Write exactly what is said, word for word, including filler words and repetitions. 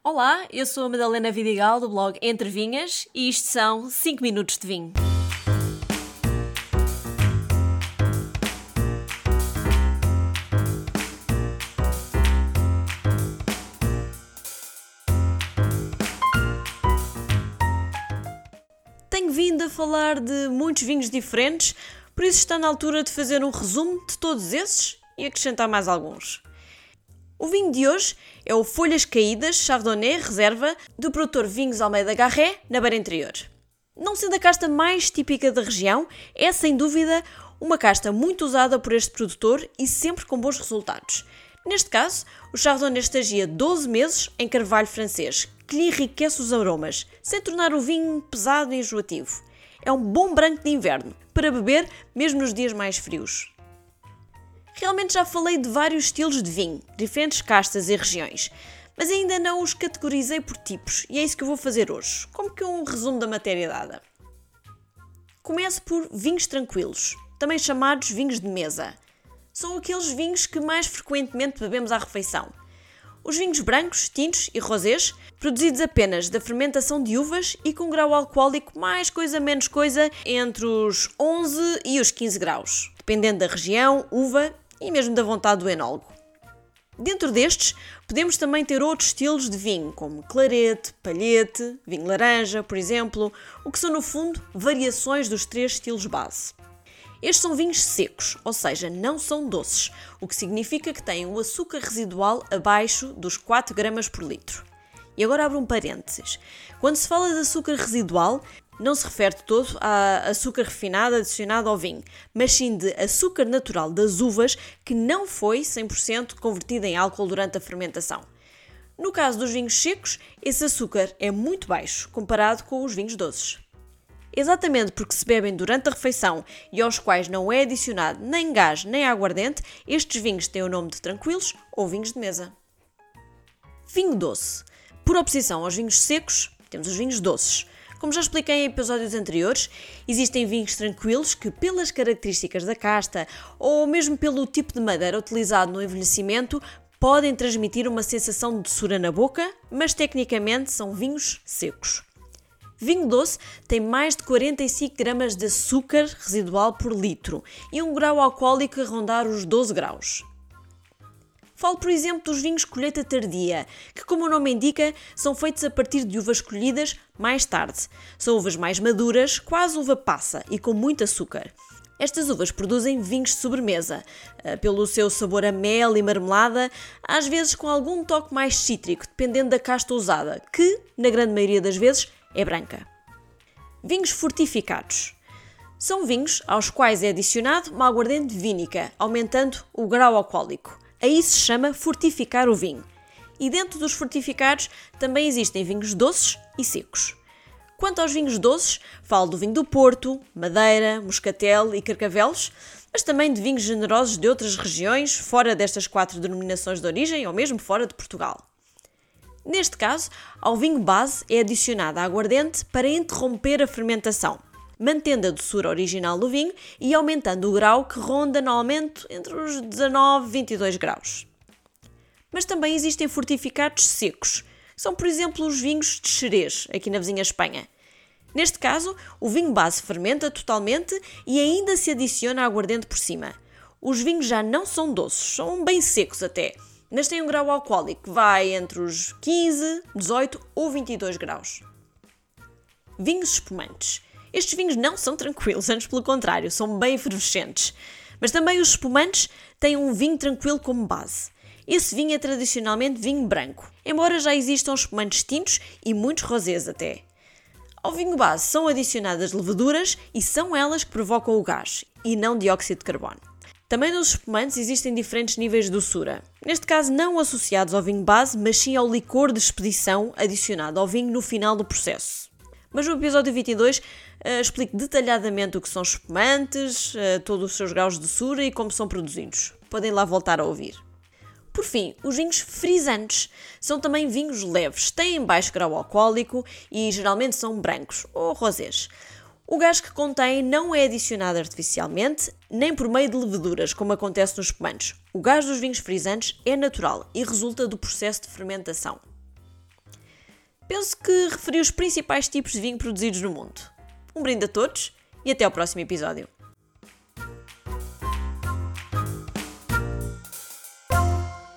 Olá, eu sou a Madalena Vidigal do blog Entre Vinhas e isto são cinco minutos de vinho. Tenho vindo a falar de muitos vinhos diferentes, por isso está na altura de fazer um resumo de todos esses e acrescentar mais alguns. O vinho de hoje é o Folhas Caídas Chardonnay Reserva do produtor Vinhos Almeida Garré, na Beira Interior. Não sendo a casta mais típica da região, é sem dúvida uma casta muito usada por este produtor e sempre com bons resultados. Neste caso, o Chardonnay estagia doze meses em carvalho francês, que lhe enriquece os aromas, sem tornar o vinho pesado e enjoativo. É um bom branco de inverno, para beber mesmo nos dias mais frios. Realmente já falei de vários estilos de vinho, diferentes castas e regiões, mas ainda não os categorizei por tipos e é isso que eu vou fazer hoje, como que um resumo da matéria dada. Começo por vinhos tranquilos, também chamados vinhos de mesa. São aqueles vinhos que mais frequentemente bebemos à refeição. Os vinhos brancos, tintos e rosés, produzidos apenas da fermentação de uvas e com grau alcoólico mais coisa menos coisa entre os onze e os quinze graus, dependendo da região, uva e mesmo da vontade do enólogo. Dentro destes, podemos também ter outros estilos de vinho, como clarete, palhete, vinho laranja, por exemplo, o que são no fundo variações dos três estilos base. Estes são vinhos secos, ou seja, não são doces, o que significa que têm o açúcar residual abaixo dos quatro gramas por litro. E agora abro um parênteses. Quando se fala de açúcar residual, não se refere de todo a açúcar refinado adicionado ao vinho, mas sim de açúcar natural das uvas que não foi cem por cento convertido em álcool durante a fermentação. No caso dos vinhos secos, esse açúcar é muito baixo comparado com os vinhos doces. Exatamente porque se bebem durante a refeição e aos quais não é adicionado nem gás nem aguardente, estes vinhos têm o nome de tranquilos ou vinhos de mesa. Vinho doce. Por oposição aos vinhos secos, temos os vinhos doces. Como já expliquei em episódios anteriores, existem vinhos tranquilos que, pelas características da casta ou mesmo pelo tipo de madeira utilizado no envelhecimento, podem transmitir uma sensação de doçura na boca, mas tecnicamente são vinhos secos. Vinho doce tem mais de quarenta e cinco gramas de açúcar residual por litro e um grau alcoólico a rondar os doze graus. Falo, por exemplo, dos vinhos colheita tardia, que, como o nome indica, são feitos a partir de uvas colhidas mais tarde. São uvas mais maduras, quase uva passa e com muito açúcar. Estas uvas produzem vinhos de sobremesa, pelo seu sabor a mel e marmelada, às vezes com algum toque mais cítrico, dependendo da casta usada, que, na grande maioria das vezes, é branca. Vinhos fortificados. São vinhos aos quais é adicionado uma aguardente vínica, aumentando o grau alcoólico. Aí se chama fortificar o vinho. E dentro dos fortificados também existem vinhos doces e secos. Quanto aos vinhos doces, falo do vinho do Porto, Madeira, Moscatel e Carcavelos, mas também de vinhos generosos de outras regiões, fora destas quatro denominações de origem ou mesmo fora de Portugal. Neste caso, ao vinho base é adicionada a aguardente para interromper a fermentação, mantendo a doçura original do vinho e aumentando o grau que ronda normalmente entre os dezanove e vinte e dois graus. Mas também existem fortificados secos, que são, por exemplo, os vinhos de Xerez, aqui na vizinha Espanha. Neste caso, o vinho base fermenta totalmente e ainda se adiciona a aguardente por cima. Os vinhos já não são doces, são bem secos até, mas têm um grau alcoólico que vai entre os quinze, dezoito ou vinte e dois graus. Vinhos espumantes. Estes vinhos não são tranquilos, antes pelo contrário, são bem efervescentes. Mas também os espumantes têm um vinho tranquilo como base. Esse vinho é tradicionalmente vinho branco, embora já existam espumantes tintos e muitos rosés até. Ao vinho base são adicionadas leveduras e são elas que provocam o gás, e não dióxido de carbono. Também nos espumantes existem diferentes níveis de doçura, neste caso não associados ao vinho base, mas sim ao licor de expedição adicionado ao vinho no final do processo. Mas no episódio vinte e dois uh, explico detalhadamente o que são espumantes, uh, todos os seus graus de doçura e como são produzidos. Podem lá voltar a ouvir. Por fim, os vinhos frisantes são também vinhos leves, têm baixo grau alcoólico e geralmente são brancos ou rosés. O gás que contém não é adicionado artificialmente, nem por meio de leveduras, como acontece nos espumantes. O gás dos vinhos frisantes é natural e resulta do processo de fermentação. penso que referi os principais tipos de vinho produzidos no mundo. Um brinde a todos e até ao próximo episódio.